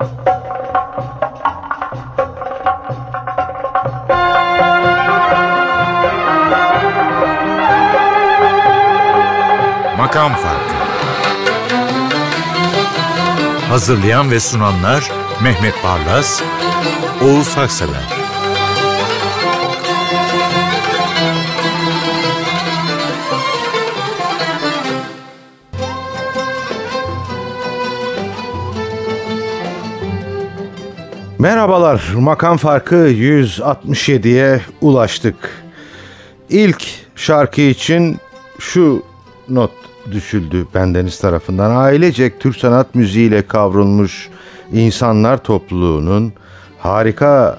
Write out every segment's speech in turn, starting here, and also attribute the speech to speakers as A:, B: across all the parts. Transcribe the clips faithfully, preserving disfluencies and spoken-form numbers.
A: Makam Farkı. Hazırlayan ve sunanlar Mehmet Barlas, Oğuz Haksever.
B: Merhabalar, Makam Farkı yüz altmış yediye ulaştık. İlk şarkı için şu not düşüldü bendeniz tarafından. Ailecek Türk sanat müziğiyle kavrulmuş insanlar topluluğunun harika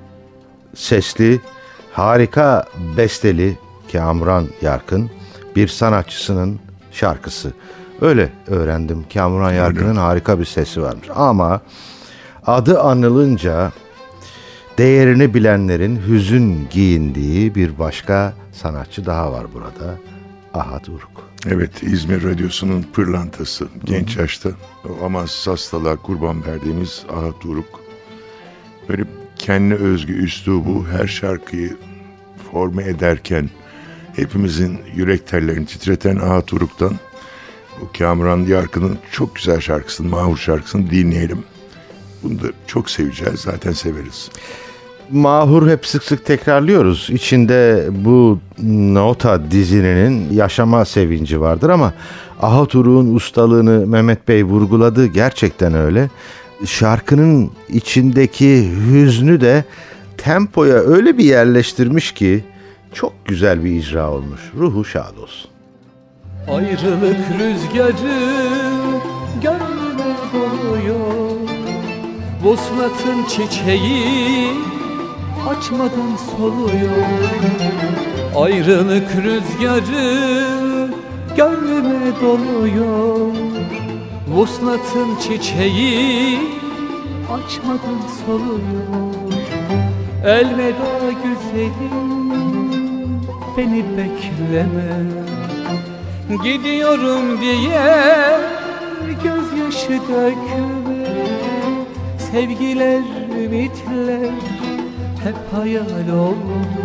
B: sesli, harika besteli Kamuran Yarkın bir sanatçısının şarkısı. Öyle öğrendim. Kamuran Yarkın'ın harika bir sesi varmış. Ama adı anılınca değerini bilenlerin hüzün giyindiği bir başka sanatçı daha var burada. Ahat Uruk.
C: Evet, İzmir Radyosu'nun pırlantası. Genç yaşta o amansız hastalığa kurban verdiğimiz Ahat Uruk. Böyle kendine özgü üslubu her şarkıyı forme ederken hepimizin yürek tellerini titreten Ahat Uruk'tan bu Kamuran Yarkın'ın çok güzel şarkısını, Mahur şarkısını dinleyelim. Bunu da çok seveceğiz, zaten severiz.
B: Mahur hep sık sık tekrarlıyoruz. İçinde bu nota dizinin yaşama sevinci vardır ama Ahat Uruk'un ustalığını Mehmet Bey vurguladı. Gerçekten öyle. Şarkının içindeki hüznü de tempoya öyle bir yerleştirmiş ki çok güzel bir icra olmuş. Ruhu şad olsun.
D: Ayrılık rüzgarı gönlüme doluyor, vuslatın çiçeği açmadan soluyor. Ayrılık rüzgarı gönlüme doluyor, vuslatın çiçeği açmadan soluyor. Elveda güzelim, beni bekleme, gidiyorum diye gözyaşı dökme. Sevgiler, ümitler hep hayal oldu,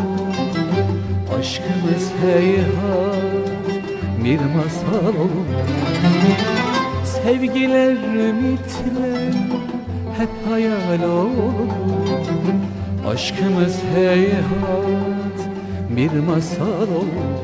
D: aşkımız heyhat bir masal oldu. Sevgiler, ümitler hep hayal oldu, aşkımız heyhat bir masal oldu.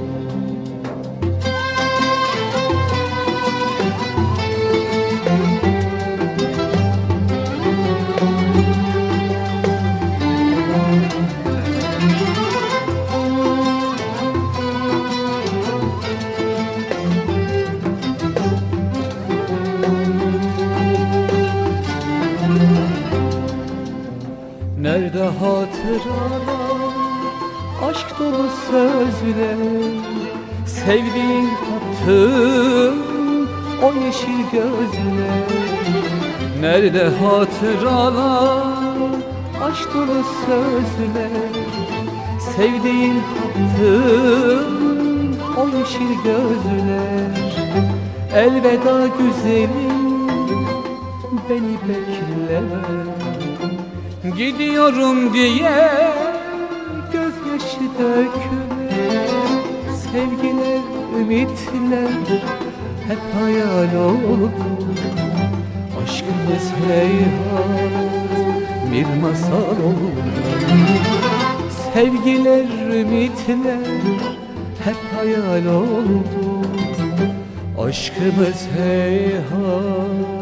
D: Nerede hatıralar, aşk dolu sözler, sevdiğin tattığın o yeşil gözler. Nerede hatıralar, aşk dolu sözler, sevdiğin tattığın o yeşil gözler. Elveda güzelim, beni bekleme, gidiyorum diye gözyaşı dökme. Sevgiler, ümitler hep hayal oldu, aşkımız heyhat bir masal oldu. Sevgiler, ümitler hep hayal oldu, aşkımız heyhat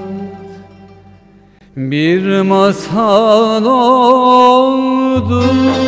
D: bir masal oldu.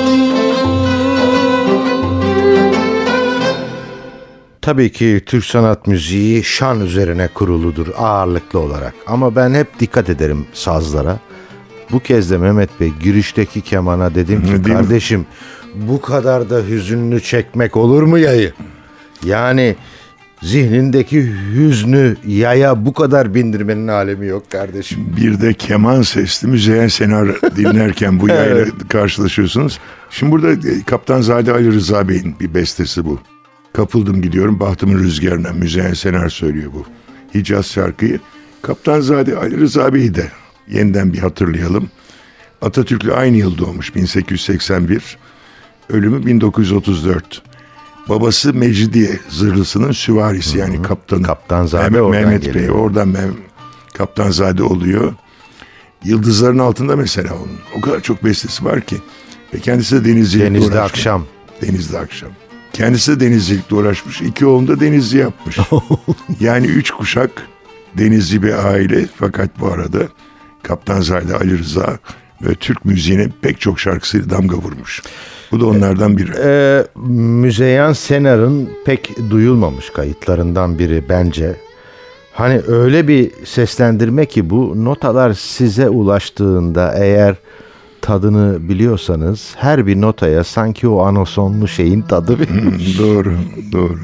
B: Tabii ki Türk sanat müziği şan üzerine kuruludur ağırlıklı olarak. Ama ben hep dikkat ederim sazlara. Bu kez de Mehmet Bey girişteki kemana dedim ki kardeşim bu kadar da hüzünlü çekmek olur mu yayı? Yani zihnindeki hüznü yaya bu kadar bindirmenin alemi yok kardeşim.
C: Bir de keman sesli Müzeyyen Senar dinlerken bu yayla evet. karşılaşıyorsunuz. Şimdi burada Kaptanzade Ali Rıza Bey'in bir bestesi bu. Kapıldım gidiyorum bahtımın rüzgarına. Müzeyyen Senar söylüyor bu Hicaz şarkıyı. Kaptanzade Ali Rıza Bey'i de yeniden bir hatırlayalım. Atatürk'le aynı yıl doğmuş, bin sekiz yüz seksen bir. Ölümü bin dokuz yüz otuz dört. Babası Mecidiye zırhlısının süvarisi, yani Hı-hı. kaptanı.
B: Kaptanzade
C: Mehmet,
B: oradan
C: Mehmet
B: geliyor.
C: Bey oradan Mehmet, Kaptanzade oluyor. Yıldızların altında mesela onun. O kadar çok bestesi var ki. Ve kendisi de denizcilikle
B: Denizde
C: uğraşmış.
B: akşam.
C: Denizde akşam. Kendisi de denizcilikle uğraşmış. İki oğlunu da denizci yapmış. Yani üç kuşak denizci bir aile. Fakat bu arada Kaptanzade Ali Rıza ve Türk müziğine pek çok şarkısıyla damga vurmuş. Bu da onlardan biri.
B: Ee, Müzeyyen Senar'ın pek duyulmamış kayıtlarından biri bence. Hani öyle bir seslendirme ki bu notalar size ulaştığında eğer tadını biliyorsanız her bir notaya sanki o anosonlu şeyin tadı verilmiş.
C: Doğru, doğru.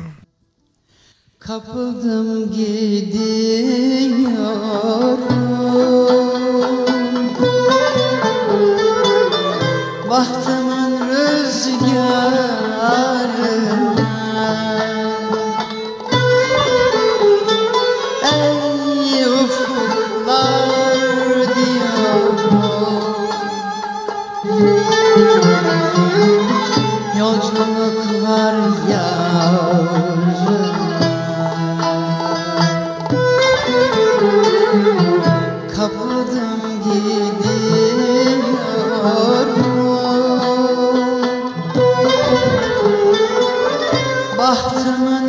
E: Kapıldım gidiyorum, bahtımın rüzgarına, ey ufuklar diyorum, yolculuk var yarın. Kapıldım gidiyorum, bahtımın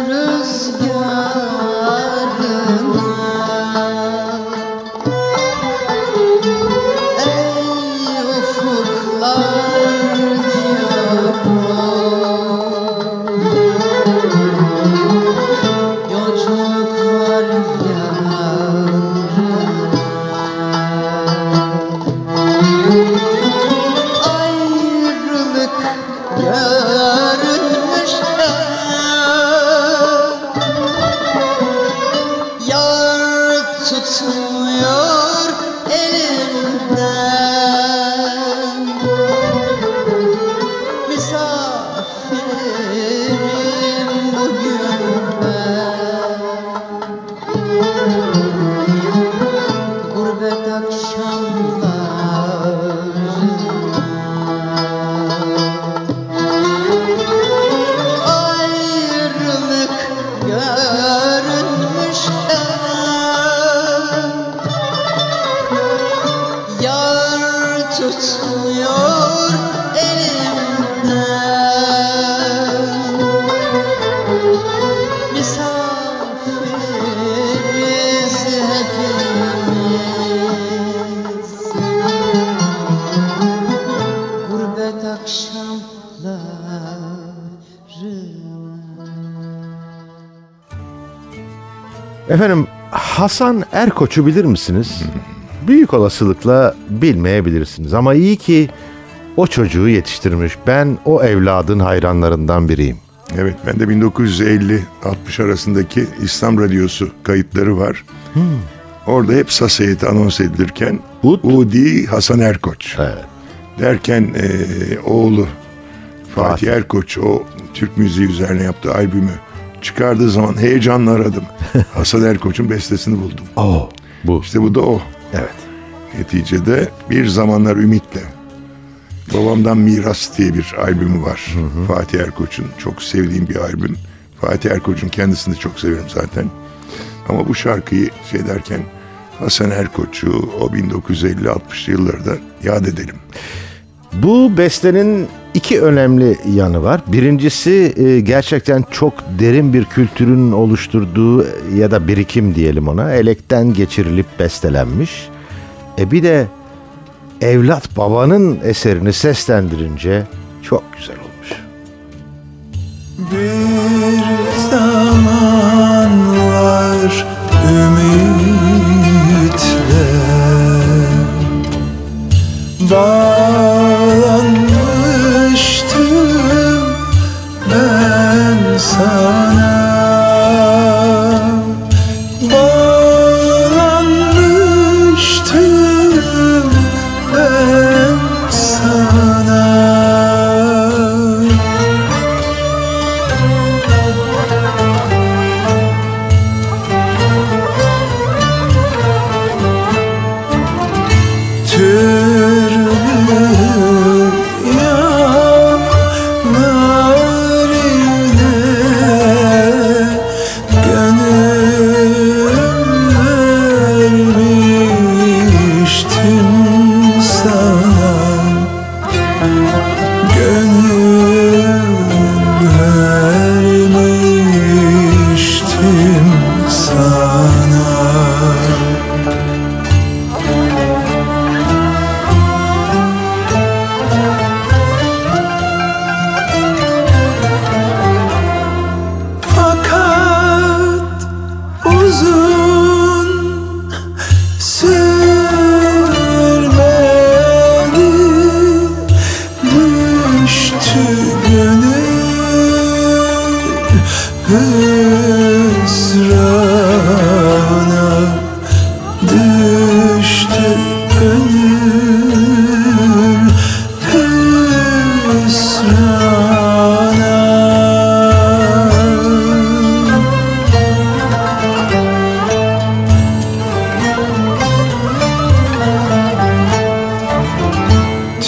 E: rüzgarına, ey ufuklar diyorum, yolculuk var yarın. Ayrılık görünmüş, yar tutmuyor elimden, misafirim bugün ben, gurbet akşamları. Ayrılık görünmüşken, yar tutmuyor elimden, misafiriz hepimiz, gurbet akşamları.
B: Efendim, Hasan Erkoç'u bilir misiniz? Büyük olasılıkla bilmeyebilirsiniz ama iyi ki o çocuğu yetiştirmiş. Ben o evladın hayranlarından biriyim.
C: Evet, ben de bin dokuz yüz elli altmış arasındaki İslam Radyosu kayıtları var.
B: Hmm.
C: Orada hep saz heyeti anons edilirken
B: Ud.
C: Udi Hasan Erkoç
B: Evet.
C: derken e, oğlu Fatih,
B: Fatih
C: Erkoç o Türk müziği üzerine yaptığı albümü çıkardığı zaman heyecanla aradım. Hasan Erkoç'un bestesini buldum.
B: Oh, bu.
C: İşte bu da o.
B: Evet.
C: Neticede Bir Zamanlar Ümit'le Babamdan Miras diye bir albümü var. Hı hı. Fatih Erkoç'un çok sevdiğim bir albüm. Fatih Erkoç'un kendisini de çok severim zaten. Ama bu şarkıyı şey derken Hasan Erkoç'u o bin dokuz yüz elli altmışlı yıllarda yad edelim.
B: Bu bestenin iki önemli yanı var. Birincisi gerçekten çok derin bir kültürün oluşturduğu ya da birikim diyelim ona, elekten geçirilip bestelenmiş. E bir de evlat babanın eserini seslendirince çok güzel olmuş.
F: Bir zamanlar ümitle bağlanmıştım ben sana, bağlanmıştım ben sana.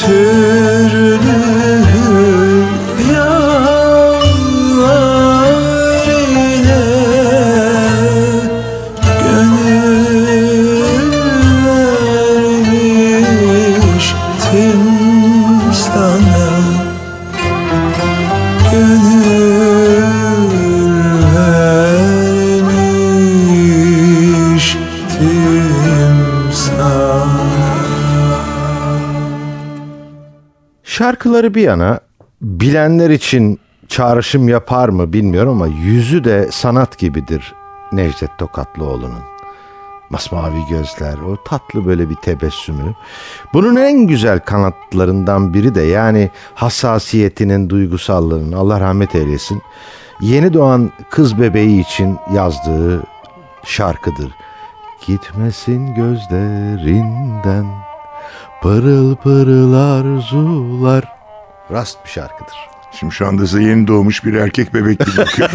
F: türlü yollar ile gönül vermiştim sana, gönül vermiştim sana.
B: Şarkıları bir yana, bilenler için çağrışım yapar mı bilmiyorum ama yüzü de sanat gibidir Necdet Tokatlıoğlu'nun. Masmavi gözler, o tatlı böyle bir tebessümü. Bunun en güzel kanatlarından biri de, yani hassasiyetinin, duygusallığının, Allah rahmet eylesin, yeni doğan kız bebeği için yazdığı şarkıdır. Gitmesin gözlerinden pırıl pırıl arzular. Rast bir şarkıdır.
C: Şimdi şu anda size yeni doğmuş bir erkek bebek gibi bakıyorum.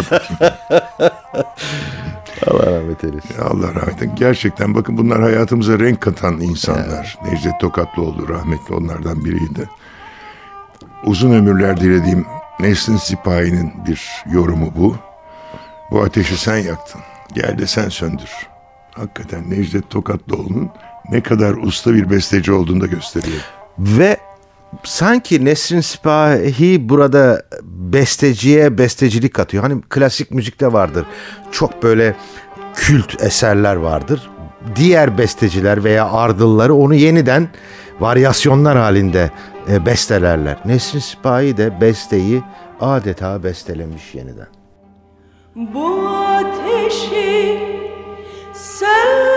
B: Allah rahmet eylesin.
C: Allah rahmet eylesin. Gerçekten bakın, bunlar hayatımıza renk katan insanlar. Evet. Necdet Tokatlıoğlu rahmetli onlardan biriydi. Uzun ömürler dilediğim Nesrin Sipahi'nin bir yorumu bu. Bu ateşi sen yaktın, gel de sen söndür. Hakikaten Necdet Tokatlıoğlu'nun ne kadar usta bir besteci olduğunu da gösteriyor.
B: Ve sanki Nesrin Sipahi burada besteciye bestecilik katıyor. Hani klasik müzikte vardır, çok böyle kült eserler vardır. Diğer besteciler veya ardılları onu yeniden varyasyonlar halinde e, bestelerler. Nesrin Sipahi de besteyi adeta bestelemiş yeniden.
G: Bu ateşi sen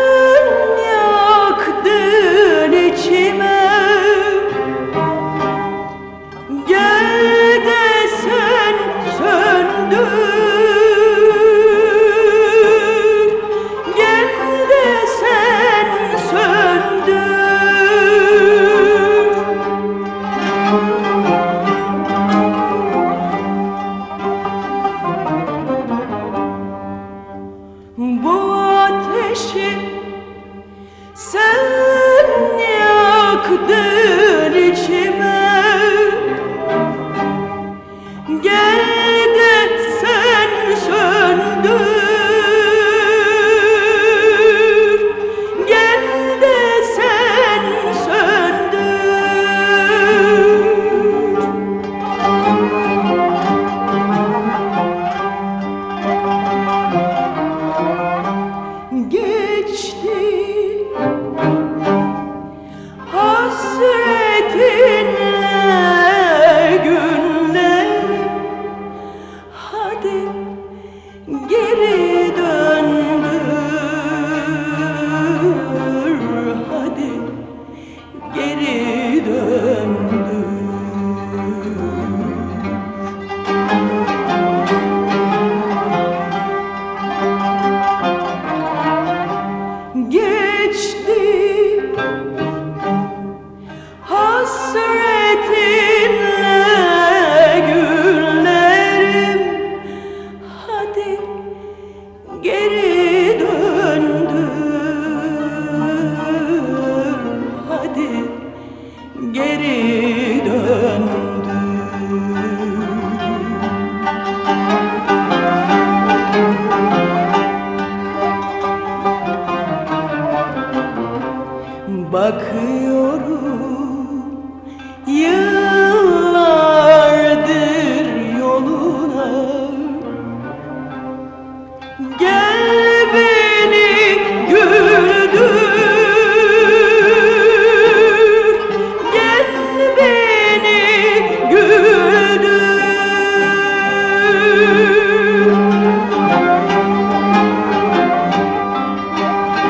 G: yaktın içime, gel de sen söndür, gel de sen söndür. Bu ateşi sen yaktın içime, gel de sen söndür, gel de sen söndür. Geçti hasretinle günler, hadi geri döndür, hadi geri döndür. Geçti hasretinle günlerim, hadi geri döndür, hadi geri döndür. Bakıyorum yıllardır yoluna, gel beni güldür, gel beni güldür.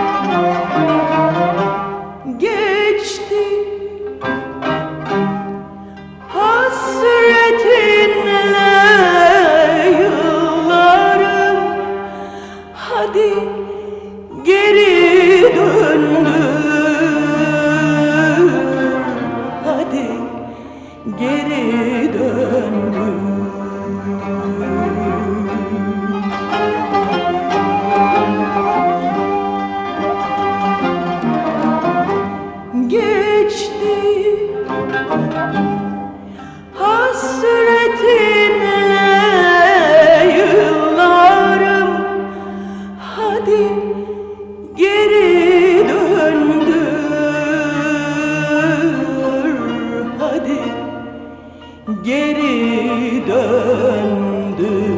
G: Geçti Hasretinle yıllarım hadi geri döndür, hadi geri döndür.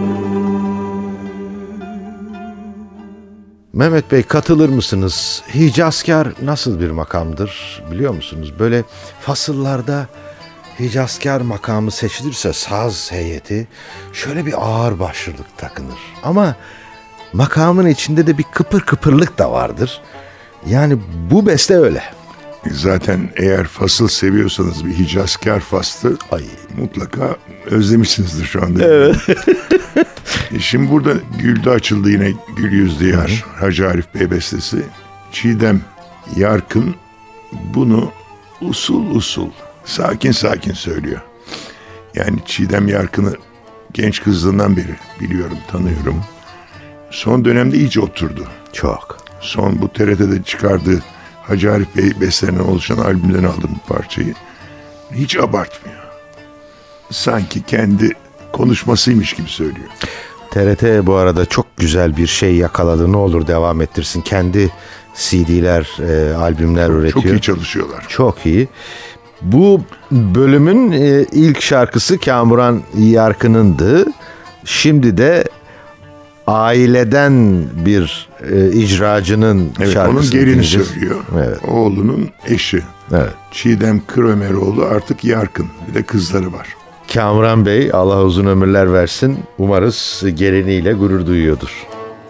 B: Mehmet Bey, katılır mısınız? Hicazkar nasıl bir makamdır biliyor musunuz? Böyle fasıllarda Hicazkar makamı seçilirse saz heyeti şöyle bir ağır başlılık takınır. Ama makamın içinde de bir kıpır kıpırlık da vardır. Yani bu beste öyle.
C: Zaten eğer fasıl seviyorsanız bir Hicazkar faslı
B: Ay.
C: mutlaka özlemişsinizdir şu anda. Evet. Şimdi burada Güldü Açıldı yine Gül Yüzlü Yar, Hacı Arif Bey bestesi. Çiğdem Yarkın bunu usul usul, sakin sakin söylüyor. Yani Çiğdem Yarkın'ı genç kızlığından beri biliyorum, tanıyorum. Son dönemde iyice oturdu.
B: Çok.
C: Son bu T R T'de çıkardığı Hacı Arif Bey bestelerinden oluşan albümden aldım bu parçayı. Hiç abartmıyor. Sanki kendi konuşmasıymış gibi söylüyor.
B: T R T bu arada çok güzel bir şey yakaladı. Ne olur devam ettirsin. Kendi C D'ler, e, albümler
C: Çok,
B: üretiyor.
C: çok iyi çalışıyorlar.
B: Çok iyi. Bu bölümün e, ilk şarkısı Kamuran Yarkın'ındı. Şimdi de aileden bir e, icracının
C: Evet,
B: şarkısını
C: onun gelini
B: dinleyeceğiz.
C: söylüyor.
B: Evet.
C: Oğlunun eşi.
B: Evet.
C: Çiğdem Kırömeroğlu artık Yarkın. Bir de kızları var.
B: Kamuran Bey, Allah uzun ömürler versin. Umarız geliniyle gurur duyuyordur.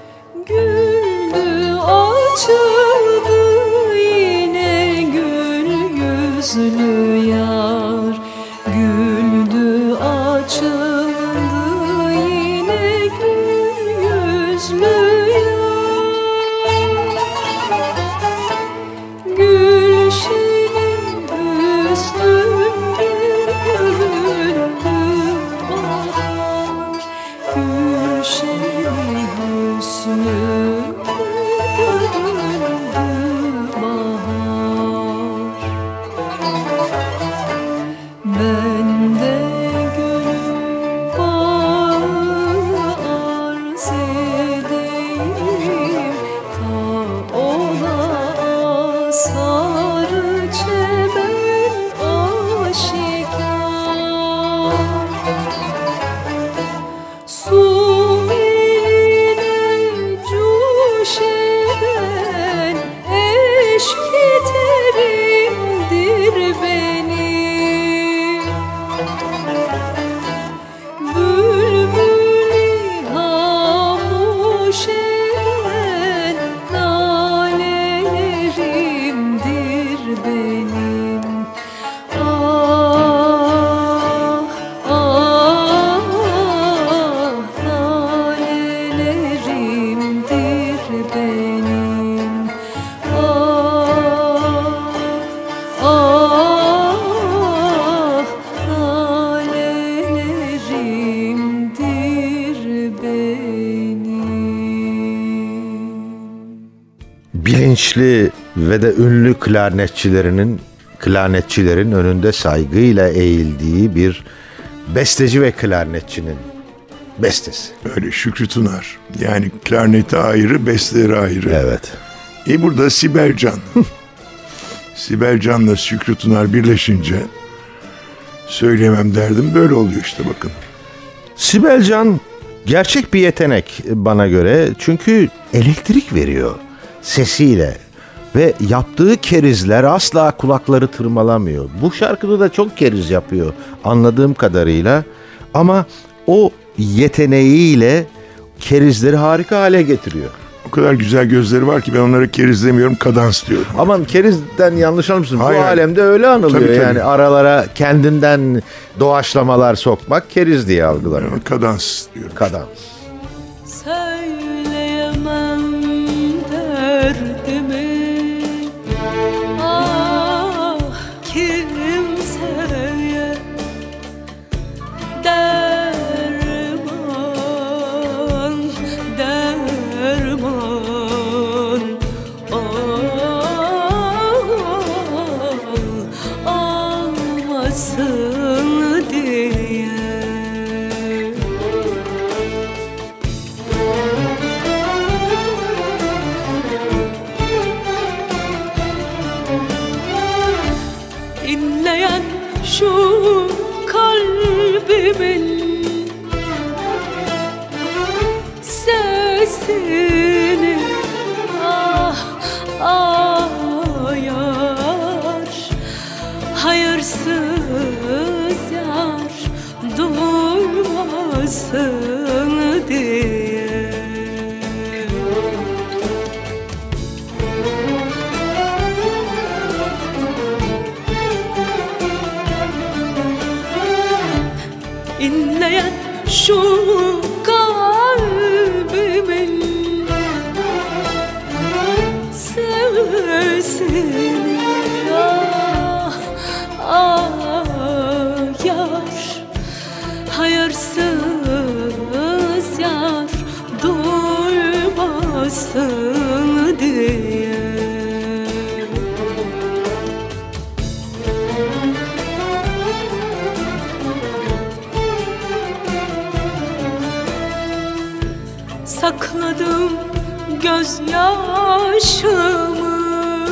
H: Güldü açıldı yine gül yüzlü yar. Güldü açıldı yine gül yüzlü yar. Gülşenin üstünde göründü bahar. Gülşenin üstünde göründü bahar. Ben de gönül bağı arz edeyim, ta ona sarı çemen aşikar. Su eline cuş eden eşk yeterimdir benim. Bülbülü hamuş eden nalelerimdir benim. Ah, ah, nalelerimdir benim. Ah, ah, nalelerimdir benim.
B: Bilinçli ve de ünlü klarnetçilerinin klarnetçilerin önünde saygıyla eğildiği bir besteci ve klarnetçinin bestesi.
C: Öyle Şükrü Tunar. Yani klarneti ayrı, besteleri ayrı.
B: Evet.
C: E burada Sibel Can. Sibel Can'la Şükrü Tunar birleşince söyleyemem derdim. Böyle oluyor işte, bakın.
B: Sibel Can gerçek bir yetenek bana göre. Çünkü elektrik veriyor sesiyle. Ve yaptığı kerizler asla kulakları tırmalamıyor. Bu şarkıda da çok keriz yapıyor anladığım kadarıyla. Ama o yeteneğiyle kerizleri harika hale getiriyor.
C: O kadar güzel gözleri var ki ben onlara keriz demiyorum, kadans diyorum.
B: Aman kerizden yanlış anlamışsın. Bu
C: Hayır, hayır.
B: alemde öyle anılıyor.
C: Tabii, tabii.
B: Yani aralara kendinden doğaçlamalar sokmak keriz diye algılanıyor.
C: Kadans diyorum.
B: Kadans.
H: Söyleyemem derdimi, ah kimseye derman, derman, ah almadım duymasın diye. İnleyen şu kalbimin sesini, ah ah yar, hayırsız yar duymasın diye. İnleyen şu kalbimin sesini, ah ah yar, hayırsız yar duymasın diye. Sakladım gözyaşımı,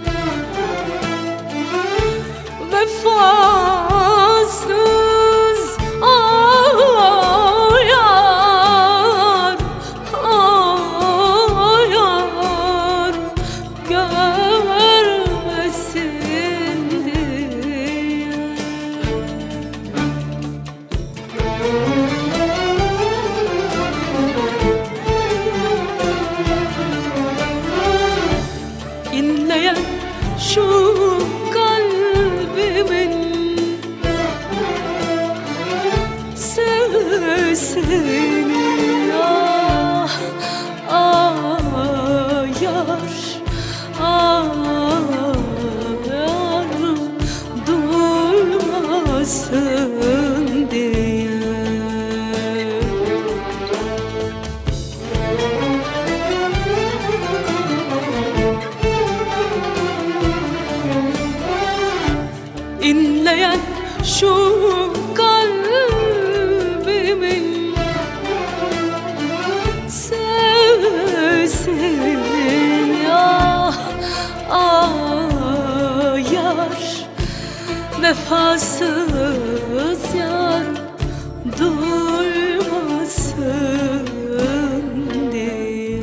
H: vefasız ah yar, ah yar, görmesin diye. İnleyen şu kalbimin sesini, ah ah yar, ah yar duymasın diye. İnleyen şu kalbimin sesini, ah ah yar, vefasız yar duymasın diye.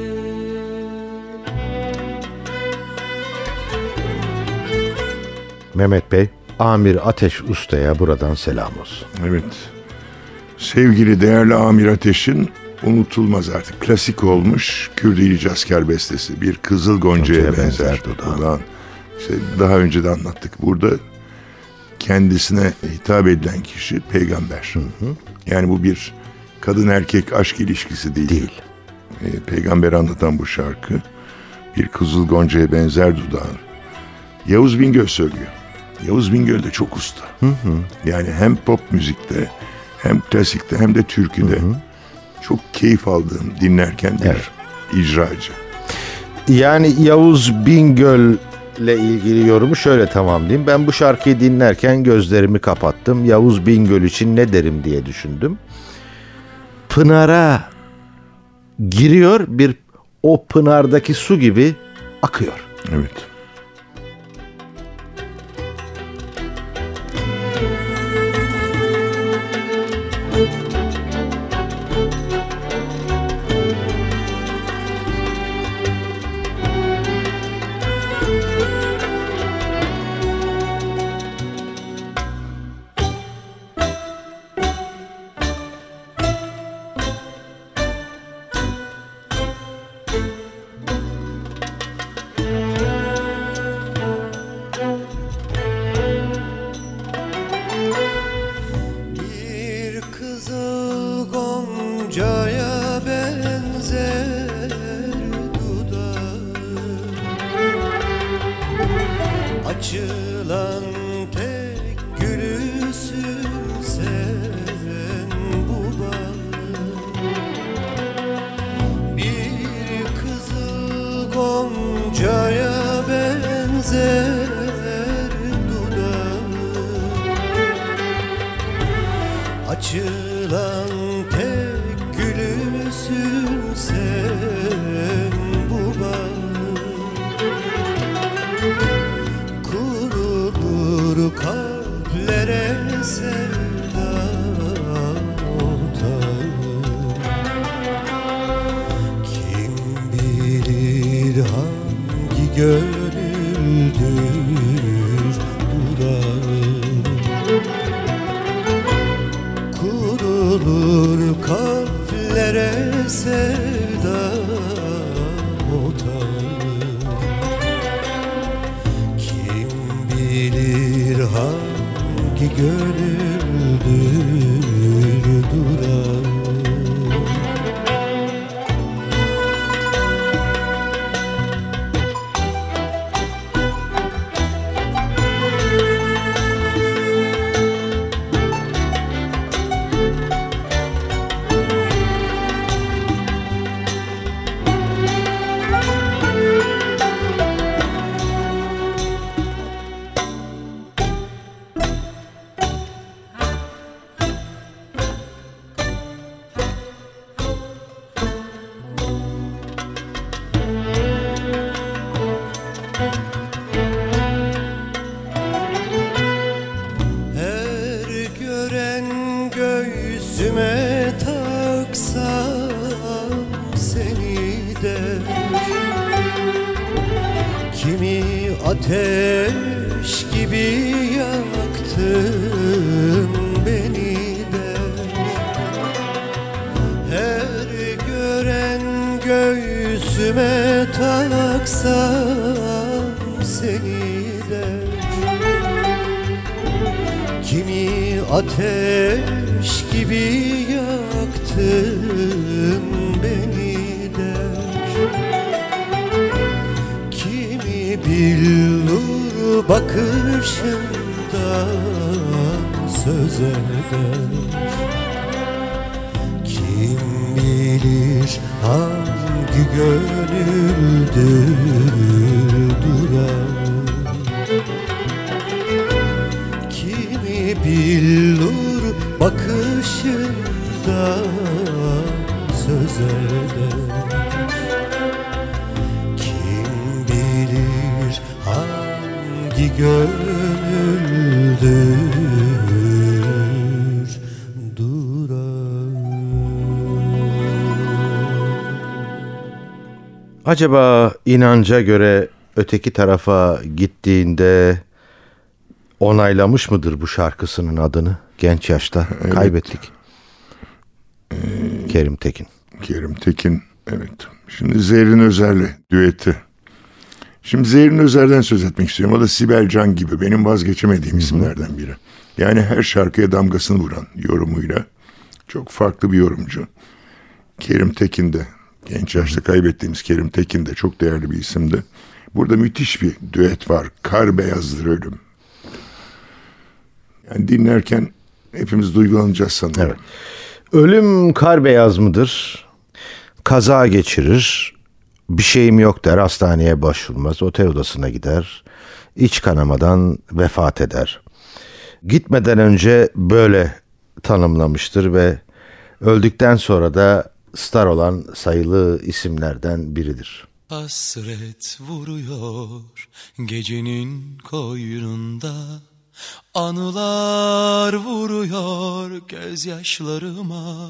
B: Mehmet Bey, Amir Ateş Usta'ya buradan selam olsun.
C: Evet. Sevgili değerli Amir Ateş'in unutulmaz artık klasik olmuş Kürdili Cazkar bestesi. Bir Kızıl Gonca'ya benzer, benzer dudağın. dudağın. İşte daha önce de anlattık. Burada kendisine hitap edilen kişi peygamber. Hı hı. Yani bu bir kadın erkek aşk ilişkisi değil. Değil. Ee, peygamberi anlatan bu şarkı. Bir Kızıl Gonca'ya benzer dudağın. Yavuz Bingöl söylüyor. Yavuz Bingöl de çok usta. Hı hı. Yani hem pop müzikte, hem klasikte, hem de türküde hı hı. çok keyif aldığım, dinlerken bir evet. icracı.
B: Yani Yavuz Bingöl'le ilgili yorumu şöyle tamamlayayım. Ben bu şarkıyı dinlerken gözlerimi kapattım. Yavuz Bingöl için ne derim diye düşündüm. Pınara giriyor, bir o pınardaki su gibi akıyor.
C: Evet.
I: Açılan tek gülüsün sen bu bağın. Bir kızıl goncaya benzer dudağın. açılan tek gülüsün sen bu bağın. Kurulur kalplere sevda otağın. Kim bilir hangi gönüldür durağın. Kurulur kalplere sevda otağın. Kim bilir hangi gönüldür durağın. Göğsüme taksam seni de, kimi ateş gibi yaktın beni de. Her gören göğsüme taksam seni de, kimi ateş gibi yaktın beni der. Kimi billur bakışından söz eder. Kim bilir hangi gönüldür durar. Kimi billur bakışından söz eder. Kim bilir hangi gönüldür durar.
B: Acaba inanca göre öteki tarafa gittiğinde onaylamış mıdır bu şarkısının adını? Genç yaşta
C: evet.
B: Kaybettik. Ee, Kerim Tekin.
C: Kerim Tekin, evet. Şimdi Zerrin Özer'le düeti. Şimdi Zerrin Özer'den söz etmek istiyorum. O da Sibel Can gibi benim vazgeçemediğim Hı-hı. isimlerden biri. Yani her şarkıya damgasını vuran yorumuyla çok farklı bir yorumcu. Kerim Tekin de, genç yaşta kaybettiğimiz Kerim Tekin de çok değerli bir isimdi. Burada müthiş bir düet var. Kar beyazdır ölüm. Yani dinlerken hepimiz duygulanacağız sanırım.
B: Evet. Ölüm kar beyaz mıdır? Kaza geçirir. Bir şeyim yok der. Hastaneye başvurmaz. Otel odasına gider. İç kanamadan vefat eder. Gitmeden önce böyle tanımlamıştır ve öldükten sonra da star olan sayılı isimlerden biridir.
F: Hasret vuruyor gecenin koynunda. Anılar vuruyor gözyaşlarıma.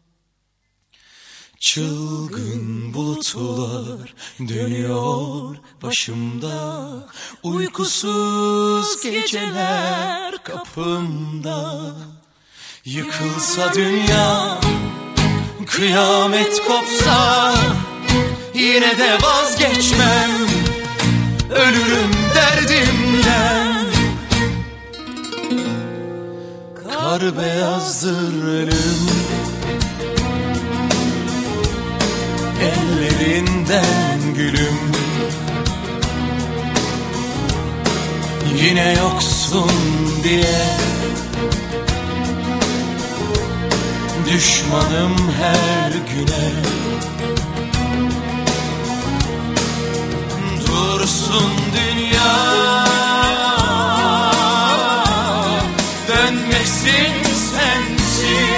F: Çılgın bulutlar dönüyor başımda. Uykusuz geceler kapımda. Yıkılsa dünya, kıyamet kopsa, yine de vazgeçmem. Ölürüm derdimden. Kar beyazdır ölüm, ellerinden gülüm. Yine yoksun diye düşmanım her güne. Dursun dünya, dönmesin sensiz.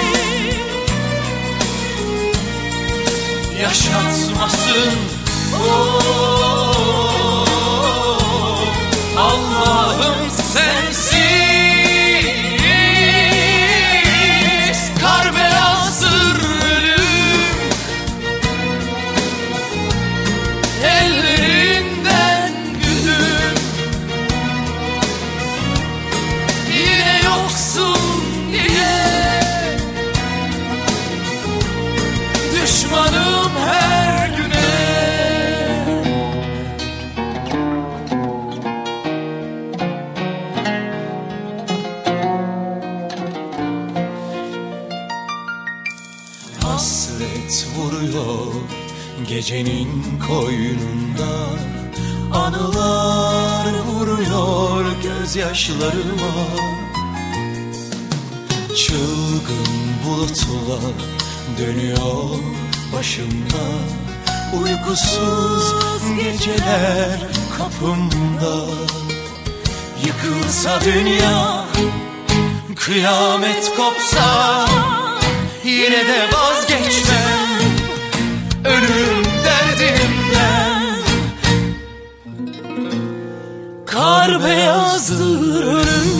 F: hasret vuruyor gecenin koynunda. Anılar vuruyor gözyaşlarıma. Çılgın bulutlar dönüyor başımda. Uykusuz geceler kapımda. Yıkılsa dünya, kıyamet kopsa, yine de vazgeçmem ölüm derdimden. Kar beyazdır ölüm,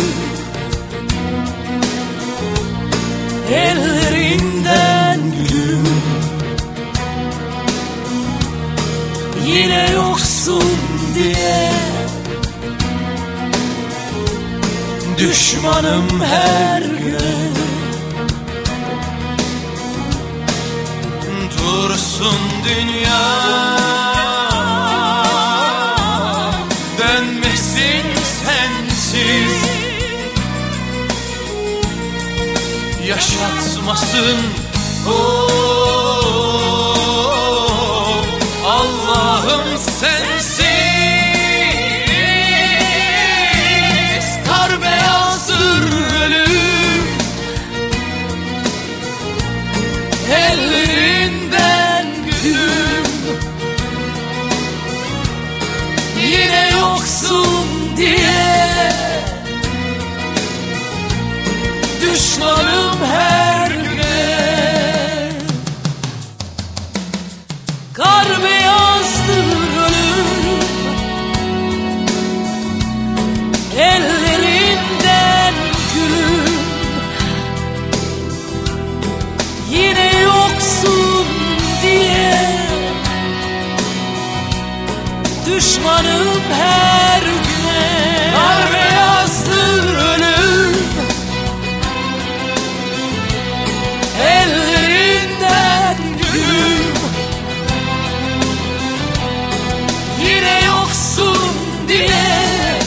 F: ellerinden gülüm. Yine yoksun diye düşmanım her gün. Dursun dünya, dönmesin sensiz. Yaşatmasın oh, Allah'ım sensiz. Kar beyazdır ölüm, ellerinden gülüm. Yine yoksun diye düşmanım her gün. Kar beyazdır ölüm, ellerinden gülüm. Yine yoksun diye düşmanım her gün. Kar beyazdır ölüm, ellerinden gülüm. Yine yoksun diye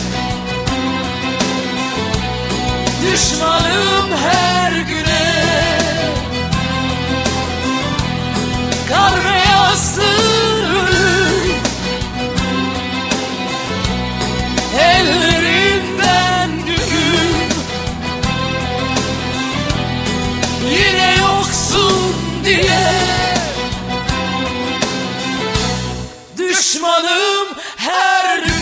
F: düşmanım her güne. Kar beyazdır ölüm, ellerinden gülüm. Yine yoksun diye düşmanım her güne.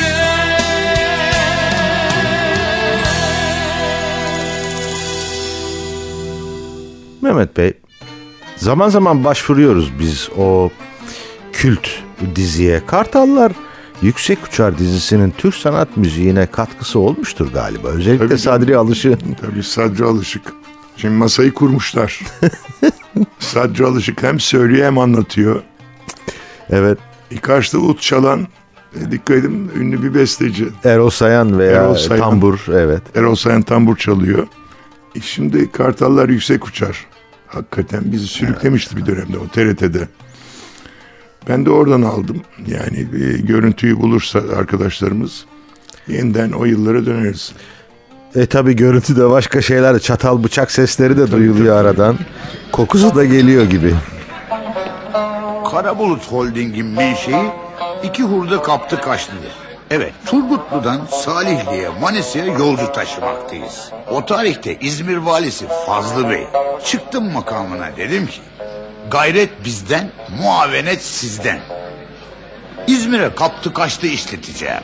B: Mehmet Bey, zaman zaman başvuruyoruz biz o kült diziye. Kartallar Yüksek Uçar dizisinin Türk sanat müziğine katkısı olmuştur galiba. Özellikle
C: Tabii
B: Sadri
C: canım.
B: Alışık'ın.
C: Tabii Sadri Alışık. Şimdi masayı kurmuşlar. Sadri Alışık hem söylüyor hem anlatıyor.
B: Evet.
C: E karşıda ut çalan, e, dikkat edin, ünlü bir besteci.
B: Erol Sayan veya
C: Erol Sayan.
B: tambur. Evet.
C: Erol Sayan tambur çalıyor. E şimdi Kartallar Yüksek Uçar. Hakikaten bizi sürüklemişti bir dönemde o T R T'de. Ben de oradan aldım. Yani e, görüntüyü bulursa arkadaşlarımız yeniden o yıllara döneriz.
B: E tabi görüntüde başka şeyler, çatal bıçak sesleri de duyuluyor aradan. Kokusu da geliyor gibi.
J: Karabulut Holding'in menşei iki hurda kaptı kaçtıdır. Evet, Turgutlu'dan Salihli'ye, Manisa'ya yolcu taşımaktayız. O tarihte İzmir valisi Fazlı Bey, çıktım makamına, dedim ki gayret bizden, muavenet sizden. İzmir'e kaptı kaçtı işleteceğim.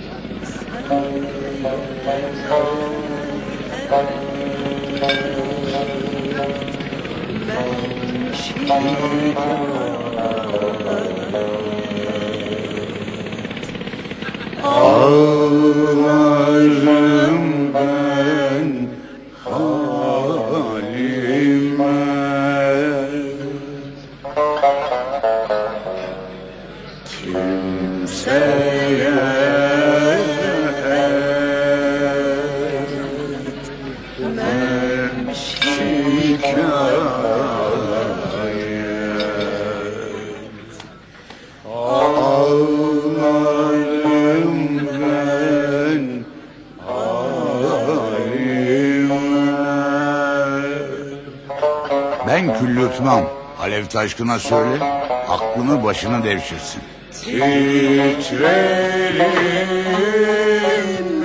E: Ağlarım ben halime, kimseye ben şikayet. Ağlarım ben halime.
J: Ben küllü tutmam, Alev Taşkın'a söyle, aklını başına devşirsin.
E: Titrerim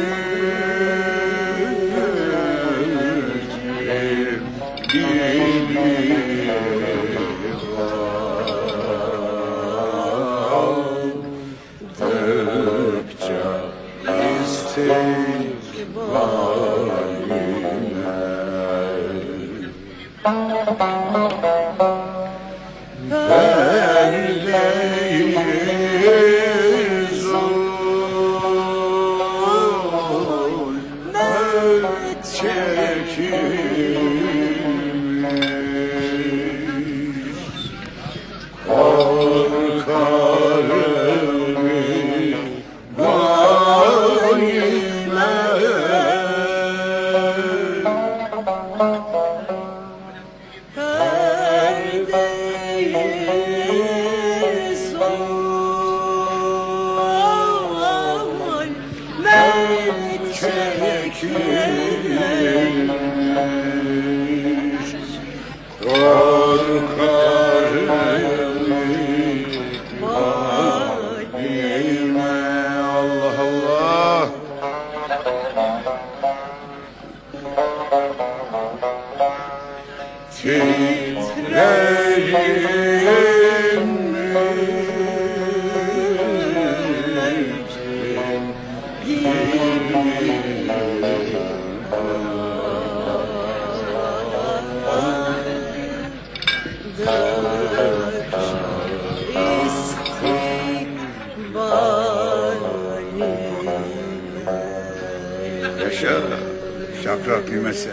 J: Yaşa, şakrak kıymetsiz.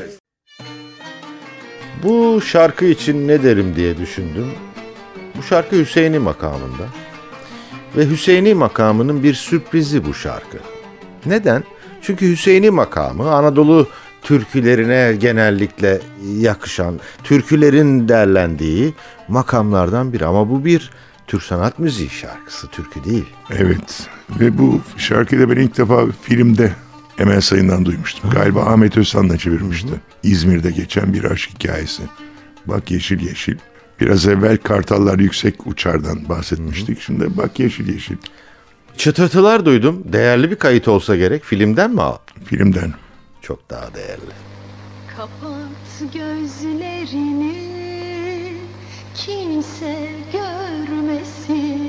B: Bu şarkı için ne derim diye düşündüm. Bu şarkı Hüseyni makamında. Ve Hüseyni makamının bir sürprizi bu şarkı. Neden? Çünkü Hüseyni makamı Anadolu türkülerine genellikle yakışan, türkülerin derlendiği makamlardan biri. Ama bu bir Türk sanat müziği şarkısı, türkü değil.
C: Evet, ve bu şarkıyı da ben ilk defa filmde Emel Sayın'dan duymuştum. Galiba Ahmet Özhan'la çevirmişti. İzmir'de geçen bir aşk hikayesi. Bak yeşil yeşil. Biraz evvel Kartallar Yüksek Uçar'dan bahsetmiştik. Şimdi bak yeşil yeşil.
B: Çıtırtılar duydum. Değerli bir kayıt olsa gerek. Filmden mi al?
C: Filmden.
B: Çok daha değerli.
H: Kapat gözlerini, kimse görmesin.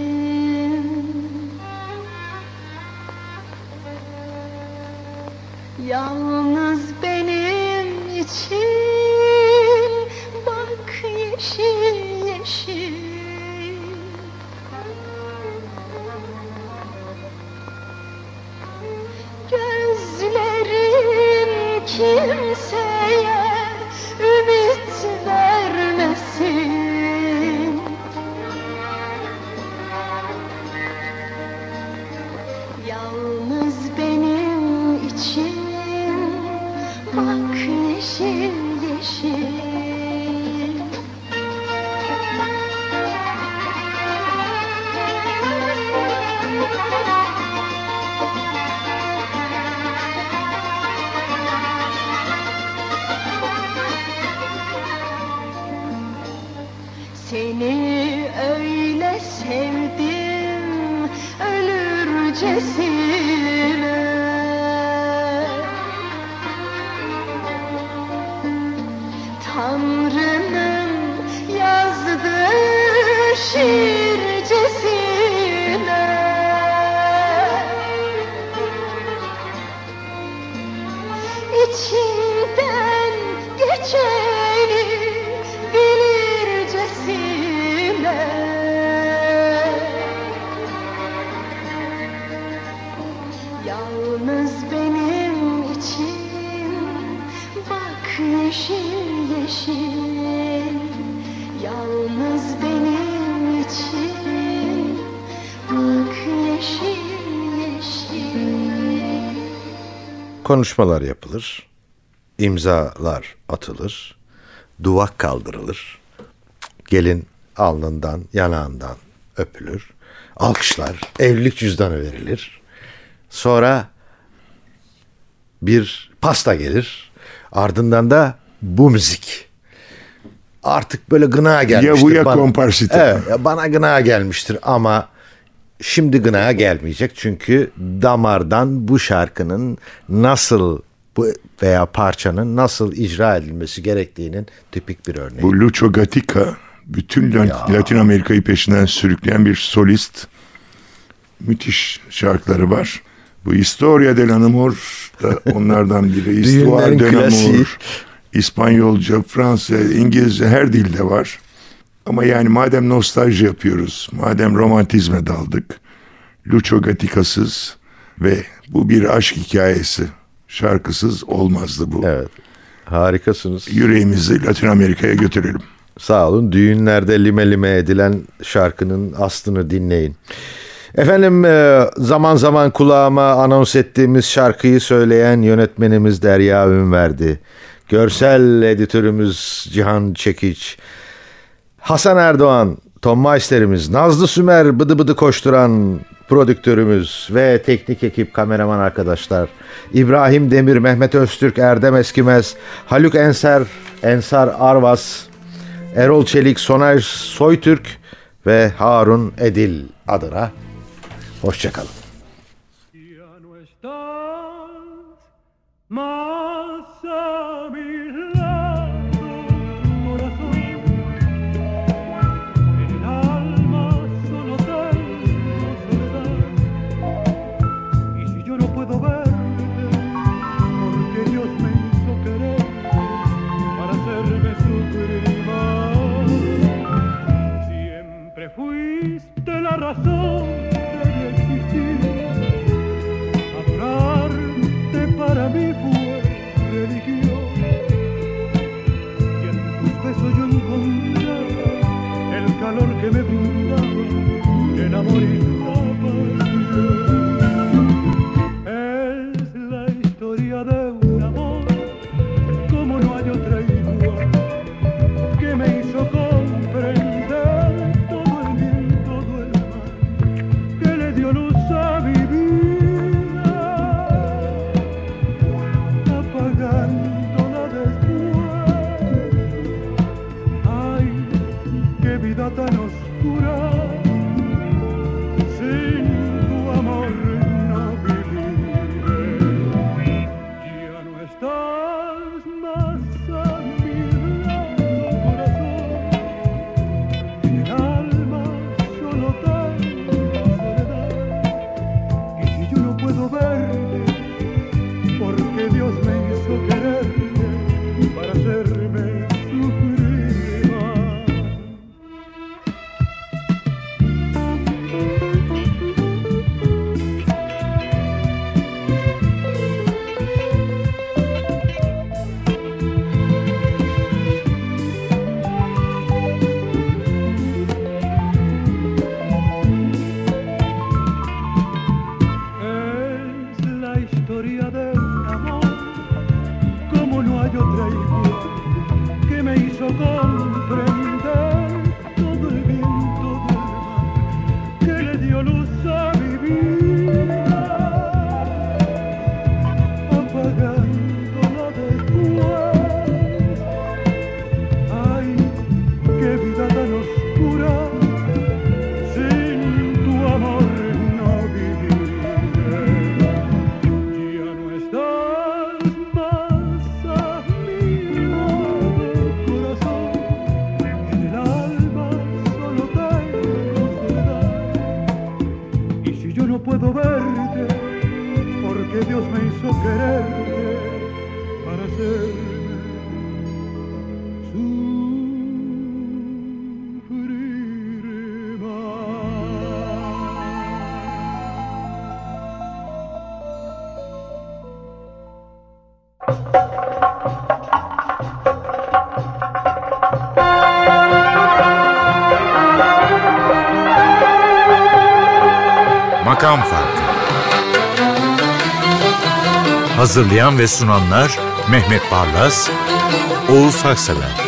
H: Yalnız benim için bak yeşil yeşil. Gözlerim kimseye ümit vermesin. Yalnız benim için bak yeşil yeşil. Seni öyle sevdim ölürcesine. Tanrı'nın yazdığı şiircesine. İçinden geçeni bilircesine. Yalnız benim için bak yeşil yeşil. Yalnız benim için bak yeşil yeşil.
B: Konuşmalar yapılır. İmzalar atılır. Duvak kaldırılır. Gelin alnından, yanağından öpülür. Alkışlar, evlilik cüzdanı verilir. Sonra bir pasta gelir. Ardından da bu müzik. artık böyle gına gelmiştir.
C: Ya bu ya
B: bana.
C: komparsite.
B: Evet, ya bana gına gelmiştir ama şimdi gına gelmeyecek çünkü damardan bu şarkının nasıl bu veya parçanın nasıl icra edilmesi gerektiğinin tipik bir örneği.
C: Bu Lucho Gatica bütün Lat- Latin Amerika'yı peşinden sürükleyen bir solist. Müthiş şarkıları var. Bu Historia del Amor da onlardan biri. Histoire del Amor, İspanyolca, Fransızca, İngilizce her dilde var. Ama yani madem nostalji yapıyoruz, madem romantizme daldık, Lucho Gatica'sız ve bu bir aşk hikayesi, şarkısız olmazdı bu.
B: Evet, harikasınız.
C: Yüreğimizi Latin Amerika'ya götürelim.
B: Sağ olun. Düğünlerde lime lime edilen şarkının aslını dinleyin. Efendim zaman zaman kulağıma anons ettiğimiz şarkıyı söyleyen yönetmenimiz Derya Ünverdi. Görsel editörümüz Cihan Çekiç. Hasan Erdoğan, Tom Meister'imiz, Nazlı Sümer bıdı bıdı koşturan prodüktörümüz ve teknik ekip, kameraman arkadaşlar. İbrahim Demir, Mehmet Öztürk, Erdem Eskimez, Haluk Enser, Ensar Arvas, Erol Çelik, Soner Soytürk ve Harun Edil adına hoşçakalın.
K: Fuiste la razón de mi existir. Adorarte para mí fue religión. Y en tus besos yo encontraba el calor que me brindaba el amor y la pasión. Es la historia de un amor como no hay otra igual, que me hizo comprender tan oscura, sin tu amor no viviré. Ya no estás más a mi lado, corazón. En el alma solo tengo soledad. Y si yo no puedo verte, porque Dios me hizo quererte para hacerme sufrir.
A: Makam Farkı. Hazırlayan ve sunanlar Mehmet Barlas, Oğuz Haksever.